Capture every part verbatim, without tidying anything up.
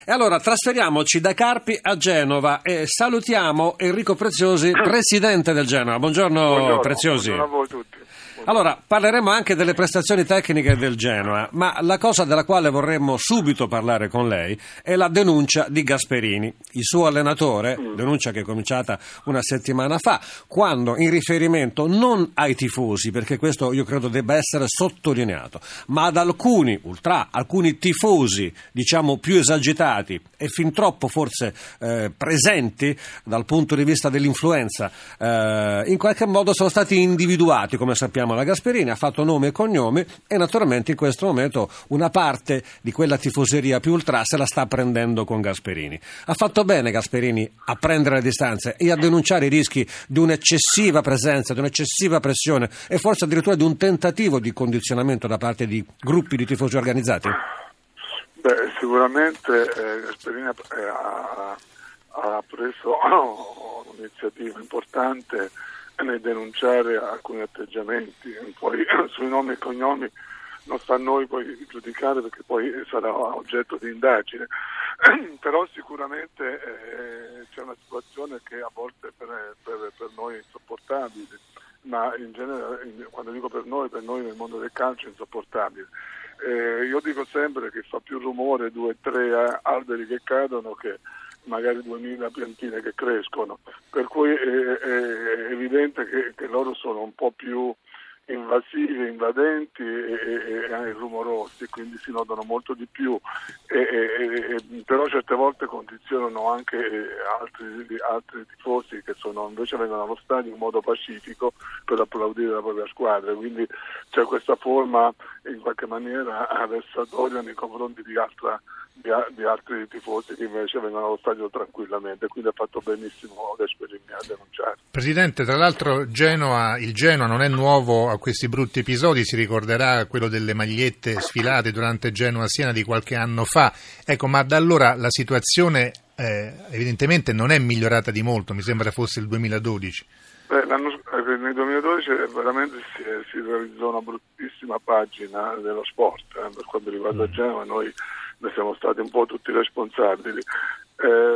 E allora trasferiamoci da Carpi a Genova e salutiamo Enrico Preziosi, presidente del Genoa. Buongiorno, buongiorno Preziosi. Buongiorno a voi tutti. Allora, parleremo anche delle prestazioni tecniche del Genoa, ma la cosa della quale vorremmo subito parlare con lei è la denuncia di Gasperini, il suo allenatore, mm. denuncia che è cominciata una settimana fa, quando in riferimento non ai tifosi, perché questo io credo debba essere sottolineato, ma ad alcuni ultra, alcuni tifosi, diciamo più esagitati e fin troppo forse eh, presenti dal punto di vista dell'influenza, eh, in qualche modo sono stati individuati, come sappiamo. La Gasperini ha fatto nome e cognomi e naturalmente in questo momento una parte di quella tifoseria più ultra se la sta prendendo con Gasperini. Ha fatto bene Gasperini a prendere le distanze e a denunciare i rischi di un'eccessiva presenza, di un'eccessiva pressione e forse addirittura di un tentativo di condizionamento da parte di gruppi di tifosi organizzati? Beh, sicuramente eh, Gasperini ha, ha preso un'iniziativa importante nel denunciare alcuni atteggiamenti, poi sui nomi e cognomi non sta a noi poi giudicare perché poi sarà oggetto di indagine, però sicuramente eh, c'è una situazione che a volte per, per, per noi è insopportabile, ma in genere, in, quando dico per noi, per noi nel mondo del calcio è insopportabile. Eh, io dico sempre che fa più rumore due o tre alberi che cadono che magari duemila piantine che crescono, per cui è, è evidente che, che loro sono un po' più invasivi, invadenti e, e, e rumorosi, quindi si notano molto di più, e, e, e, però certe volte condizionano anche altri, altri tifosi che sono invece vengono allo stadio in modo pacifico per applaudire la propria squadra, quindi c'è questa forma in qualche maniera vessatoria nei confronti di altra Di, di altri tifosi che invece vengono allo stadio tranquillamente, quindi ha fatto benissimo Gasperini a denunciare. Presidente, tra l'altro Genoa, il Genoa non è nuovo a questi brutti episodi, si ricorderà quello delle magliette sfilate durante Genoa-Siena di qualche anno fa, ecco, ma da allora la situazione eh, evidentemente non è migliorata di molto, mi sembra fosse il duemiladodici. Beh, l'anno, nel duemiladodici veramente si, si realizzò una bruttissima pagina dello sport, eh, per quanto riguarda mm. Genoa, noi ne siamo stati un po' tutti responsabili. Eh,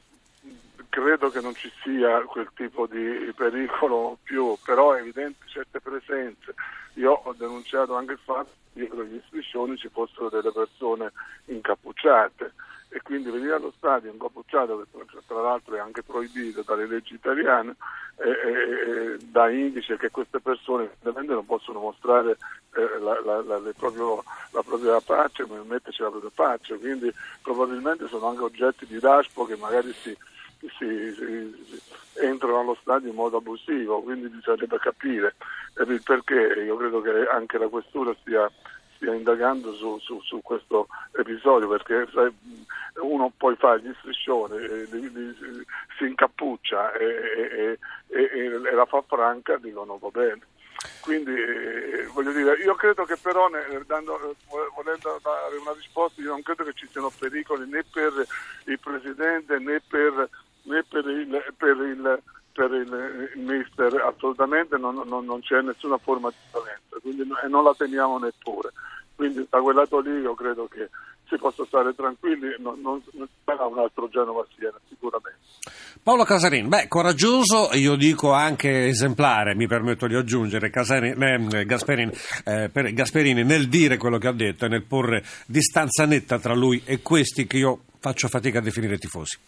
credo che non ci sia quel tipo di pericolo più, però è evidente certe presenze. Io ho denunciato anche il fatto che dietro gli striscioni ci fossero delle persone incappucciate e quindi venire allo stadio incappucciato, che tra l'altro è anche proibito dalle leggi italiane, eh, eh, dà indice che queste persone ovviamente non possono mostrare eh, la, la, la, le proprio, la propria faccia, metterci la propria faccia, quindi probabilmente sono anche oggetti di daspo che magari si, si, si, si entrano allo stadio in modo abusivo, quindi bisognerebbe capire il perché. Io credo che anche la questura stia stia indagando su, su, su questo episodio, perché sai, uno poi fa gli striscioni, e, li, li, si incappuccia e, e, e, e la fa franca, dicono va bene. Quindi eh, voglio dire, io credo che però ne, dando, volendo dare una risposta, io non credo che ci siano pericoli né per il Presidente né per, né per il, per il per il, il mister, assolutamente non, non, non c'è nessuna forma di violenza, quindi, e non la teniamo neppure, quindi da quel lato lì io credo che si possa stare tranquilli, non, non, non sarà un altro Genova-Siena sicuramente. Paolo Casarin, beh, coraggioso, io dico anche esemplare, mi permetto di aggiungere, Casarin, eh, Gasperini, eh, per Gasperini nel dire quello che ha detto e nel porre distanza netta tra lui e questi che io faccio fatica a definire tifosi.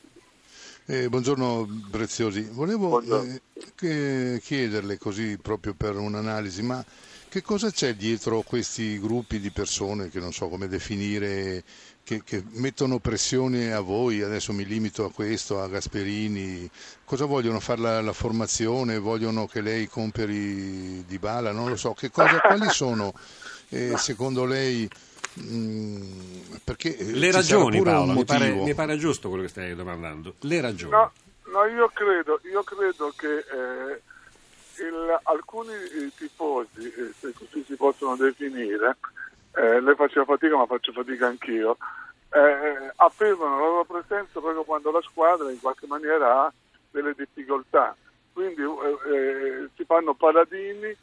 Eh, buongiorno Preziosi, volevo buongiorno. Eh, chiederle così proprio per un'analisi, ma che cosa c'è dietro questi gruppi di persone che non so come definire, che, che mettono pressione a voi, adesso mi limito a questo, a Gasperini, cosa vogliono, fare la, la formazione, vogliono che lei compri Dybala, non lo so, che cosa, quali sono eh, secondo lei? Mm, perché le ragioni, Paolo, mi pare, mi pare giusto quello che stai domandando, le ragioni. No, no io credo io credo che eh, il, alcuni tifosi, eh, se così si possono definire, eh, lei faceva fatica ma faccio fatica anch'io, eh, affermano la loro presenza proprio quando la squadra in qualche maniera ha delle difficoltà, quindi eh, eh, si fanno paladini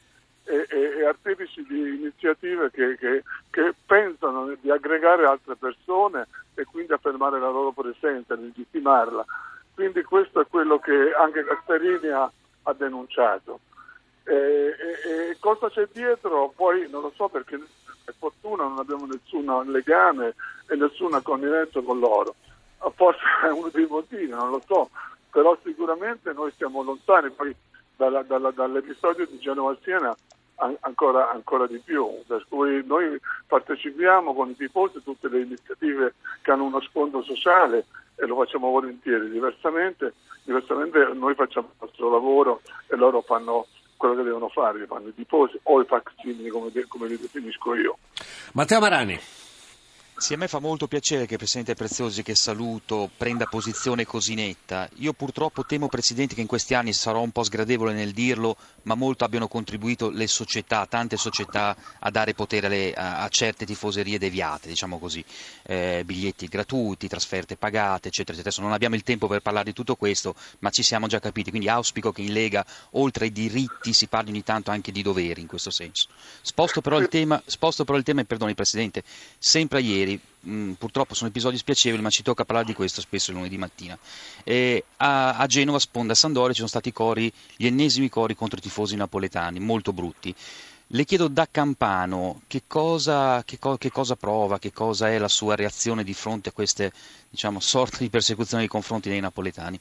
e, e, e artefici di iniziative che, che, che pensano di aggregare altre persone e quindi affermare la loro presenza, legittimarla. Quindi questo è quello che anche Gasperini ha, ha denunciato. E, e, e cosa c'è dietro? Poi non lo so, perché per fortuna non abbiamo nessun legame e nessuna connivenza con loro. Forse è uno dei motivi, non lo so, però sicuramente noi siamo lontani poi dalla, dalla, dall'episodio di Genova Siena ancora, ancora di più, per cui noi partecipiamo con i tifosi a tutte le iniziative che hanno uno sfondo sociale e lo facciamo volentieri. Diversamente, diversamente noi facciamo il nostro lavoro e loro fanno quello che devono fare, fanno i tifosi o i faccini, come, come li definisco io. Matteo Marani. Sì, a me fa molto piacere che il Presidente Preziosi, che saluto, prenda posizione così netta. Io purtroppo temo, Presidente, che in questi anni, sarò un po' sgradevole nel dirlo, ma molto abbiano contribuito le società, tante società, a dare potere alle, a, a certe tifoserie deviate, diciamo così, eh, biglietti gratuiti, trasferte pagate, eccetera, eccetera. Adesso non abbiamo il tempo per parlare di tutto questo, ma ci siamo già capiti, quindi auspico che in Lega, oltre ai diritti, si parli ogni tanto anche di doveri in questo senso. Sposto però il tema, sposto però il tema, e perdoni Presidente, sempre a ieri. Mm, purtroppo sono episodi spiacevoli, ma ci tocca parlare di questo spesso il lunedì mattina. Eh, a, a Genova, Sponda Sandoria, ci sono stati cori, gli ennesimi cori contro i tifosi napoletani, molto brutti. Le chiedo da campano che cosa, che, co, che cosa prova, che cosa è la sua reazione di fronte a queste, diciamo, sorte di persecuzione nei confronti dei napoletani.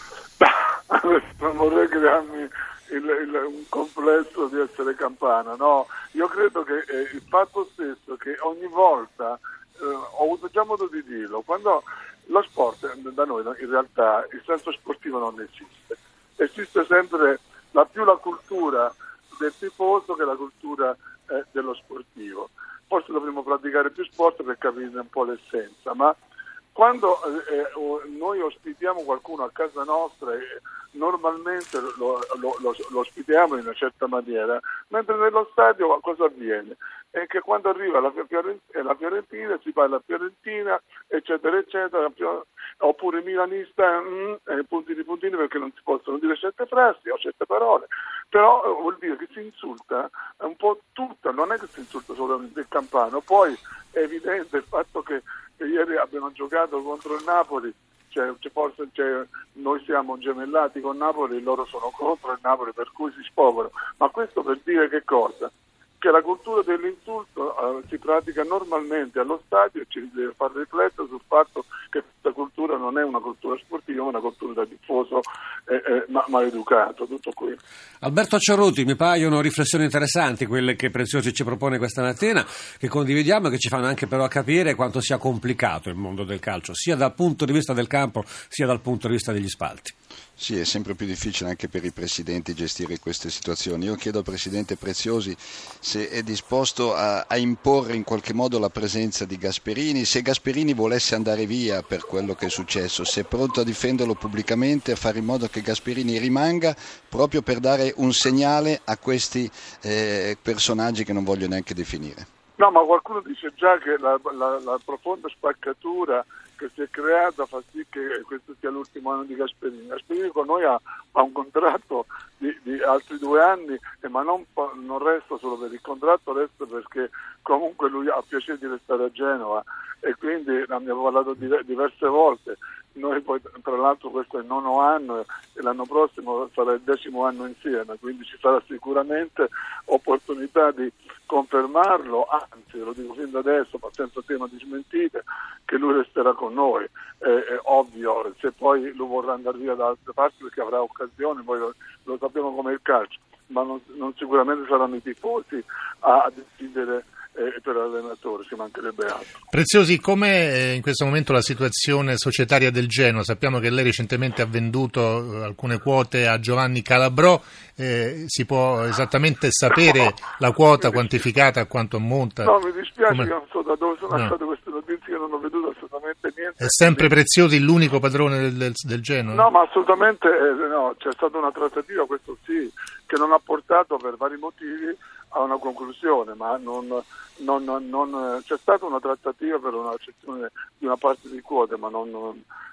Non vorrei crearmi il, il, un complesso di essere campana, no? Io credo che eh, il fatto stesso che ogni volta eh, ho avuto già modo di dirlo, quando lo sport da noi in realtà il senso sportivo non esiste, esiste sempre la più la cultura del tifoso che la cultura eh, dello sportivo. Forse dovremmo praticare più sport per capire un po' l'essenza, ma quando eh, noi ospitiamo qualcuno a casa nostra, eh, normalmente lo, lo, lo, lo ospitiamo in una certa maniera, mentre nello stadio cosa avviene? È che quando arriva la, Fiorentina, la Fiorentina si parla Fiorentina, eccetera, eccetera, oppure milanista, mm, eh, puntini puntini, perché non si possono dire certe frasi o certe parole, però eh, vuol dire che si insulta un po' tutta, non è che si insulta solamente il campano. Poi è evidente il fatto che che ieri abbiamo giocato contro il Napoli, cioè, forse cioè, noi siamo gemellati con Napoli, loro sono contro il Napoli, per cui si spopolano. Ma questo per dire che cosa? Che la cultura dell'insulto eh, si pratica normalmente allo stadio e ci deve far riflettere sul fatto che questa cultura non è una cultura sportiva, ma una cultura da tifoso eh, eh, ma, maleducato. Tutto qui. Alberto Ciaruti, mi paiono riflessioni interessanti quelle che Preziosi ci propone questa mattina, che condividiamo e che ci fanno anche però capire quanto sia complicato il mondo del calcio, sia dal punto di vista del campo sia dal punto di vista degli spalti. Sì, è sempre più difficile anche per i presidenti gestire queste situazioni. Io chiedo al Presidente Preziosi se è disposto a, a imporre in qualche modo la presenza di Gasperini, se Gasperini volesse andare via per quello che è successo, se è pronto a difenderlo pubblicamente, a fare in modo che Gasperini rimanga, proprio per dare un segnale a questi eh, personaggi che non voglio neanche definire. No, ma qualcuno dice già che la, la, la profonda spaccatura che si è creata fa sì che questo sia l'ultimo anno di Gasperini. Gasperini con noi ha, ha un contratto di, di altri due anni, eh, ma non, non resta solo per il contratto, resta perché comunque lui ha piacere di restare a Genova e quindi ne abbiamo parlato diverse volte. Noi poi tra l'altro questo è il nono anno e l'anno prossimo sarà il decimo anno insieme, quindi ci sarà sicuramente opportunità di confermarlo, anzi lo dico fin da adesso ma senza tema di smentite, che lui resterà con noi. È, è ovvio, se poi lui vorrà andare via da altre parti perché avrà occasione, poi lo, lo sappiamo come il calcio, ma non, non sicuramente saranno i tifosi a, a decidere e per l'allenatore, ci mancherebbe altro. Preziosi, com'è in questo momento la situazione societaria del Genoa? Sappiamo che lei recentemente ha venduto alcune quote a Giovanni Calabrò, eh, si può esattamente sapere la quota quantificata, a quanto ammonta? No, mi dispiace Come... che non so da dove sono no. state queste notizie, che non ho veduto assolutamente niente. È sempre Preziosi l'unico padrone del, del, del Genoa? No, ma assolutamente eh, no, c'è stata una trattativa, questo sì, che non ha portato per vari motivi a una conclusione, ma non, non, non c'è stata una trattativa per una cessione di una parte di quote, ma non, non,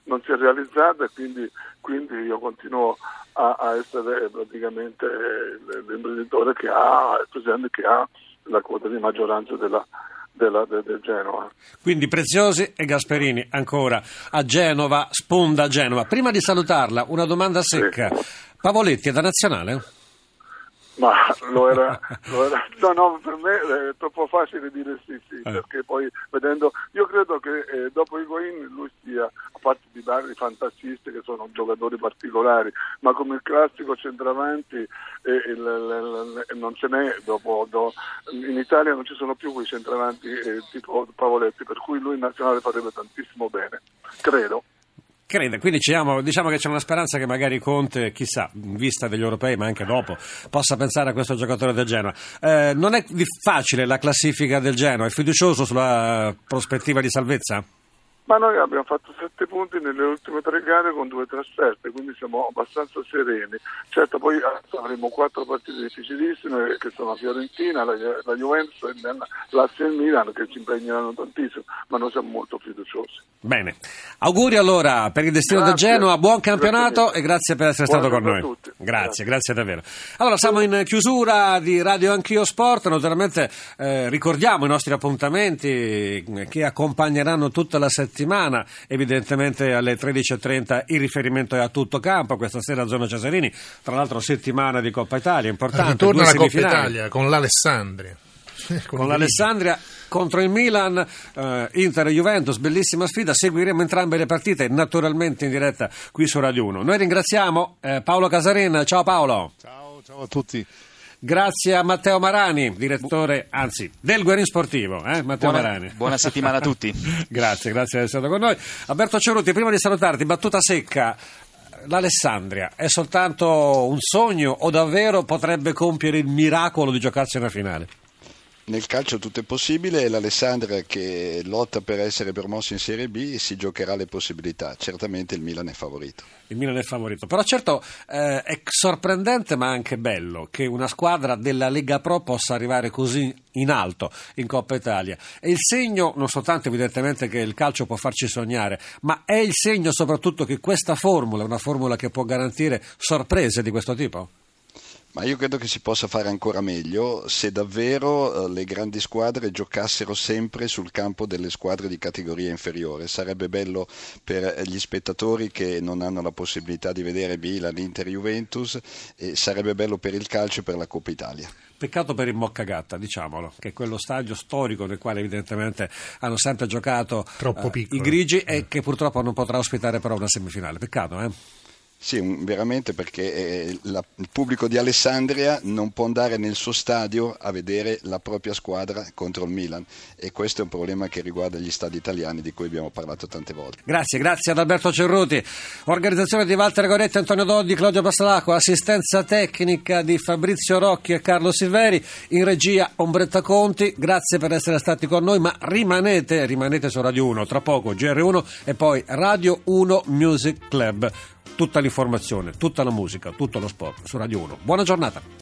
non si è realizzata, e quindi, quindi io continuo a, a essere praticamente l'imprenditore che ha, il presidente che ha la quota di maggioranza della, della, de, del Genoa. Quindi Preziosi e Gasperini ancora a Genova, sponda Genova. Prima di salutarla, una domanda secca. Sì. Pavoletti è da nazionale? Ma lo era, lo era, no, no, per me è troppo facile dire sì, sì, eh. perché poi vedendo, io credo che eh, dopo Higuaín lui sia, a parte di vari fantastisti che sono giocatori particolari, ma come il classico centravanti eh, il, il, il, non ce n'è, dopo, do, in Italia non ci sono più quei centravanti eh, tipo Pavoletti, per cui lui in nazionale farebbe tantissimo bene, credo. Crede, quindi diciamo, diciamo che c'è una speranza che magari Conte, chissà, in vista degli europei, ma anche dopo, possa pensare a questo giocatore del Genoa. Eh, non è facile la classifica del Genoa, è fiducioso sulla prospettiva di salvezza? Ma noi abbiamo fatto sette punti nelle ultime tre gare con due trasferte, quindi siamo abbastanza sereni. Certo, poi avremo quattro partite difficilissime che sono la Fiorentina, la, la Juventus e l'Lazio e il Milan, che ci impegneranno tantissimo, ma noi siamo molto fiduciosi. Bene, auguri allora per il destino grazie. del Genoa, buon campionato grazie. e grazie per essere stato con noi. Grazie, grazie, grazie davvero. Allora siamo in chiusura di Radio Anch'io Sport, naturalmente eh, ricordiamo i nostri appuntamenti che accompagneranno tutta la settimana. settimana, evidentemente alle tredici e trenta il riferimento è a tutto campo, questa sera zona Cesarini, tra l'altro settimana di Coppa Italia importante, ritorna due la Coppa semifinali. Italia con l'Alessandria con, con l'Alessandria contro il Milan, eh, Inter e Juventus, bellissima sfida, seguiremo entrambe le partite naturalmente in diretta qui su Radio uno. Noi ringraziamo eh, Paolo Casarin, ciao Paolo. Ciao, ciao a tutti. Grazie a Matteo Marani, direttore, anzi, del Guerin Sportivo. Eh, Matteo buona, Marani. Buona settimana a tutti. Grazie, grazie di essere stato con noi. Alberto Ceruti, prima di salutarti, battuta secca. L'Alessandria è soltanto un sogno o davvero potrebbe compiere il miracolo di giocarsi una finale? Nel calcio tutto è possibile e l'Alessandria, che lotta per essere promosso in Serie B, si giocherà le possibilità. Certamente il Milan è favorito. Il Milan è favorito, però certo eh, è sorprendente ma anche bello che una squadra della Lega Pro possa arrivare così in alto in Coppa Italia. È il segno non soltanto evidentemente che il calcio può farci sognare, ma è il segno soprattutto che questa formula è una formula che può garantire sorprese di questo tipo? Ma io credo che si possa fare ancora meglio se davvero eh, le grandi squadre giocassero sempre sul campo delle squadre di categoria inferiore. Sarebbe bello per gli spettatori che non hanno la possibilità di vedere Milan, Inter, Juventus, e sarebbe bello per il calcio e per la Coppa Italia. Peccato per il Moccagatta, diciamolo, che è quello stadio storico nel quale evidentemente hanno sempre giocato Troppo eh, i grigi e eh. che purtroppo non potrà ospitare però una semifinale. Peccato, eh? Sì, veramente, perché eh, la, il pubblico di Alessandria non può andare nel suo stadio a vedere la propria squadra contro il Milan, e questo è un problema che riguarda gli stadi italiani di cui abbiamo parlato tante volte. Grazie, grazie ad Alberto Cerruti. Organizzazione di Walter Goretti, Antonio Doddi, Claudio Passalacqua, assistenza tecnica di Fabrizio Rocchi e Carlo Silveri, in regia Ombretta Conti. Grazie per essere stati con noi, ma rimanete, rimanete su Radio uno, tra poco G R uno e poi Radio uno Music Club. Tutta l'informazione, tutta la musica, tutto lo sport su Radio uno. Buona giornata.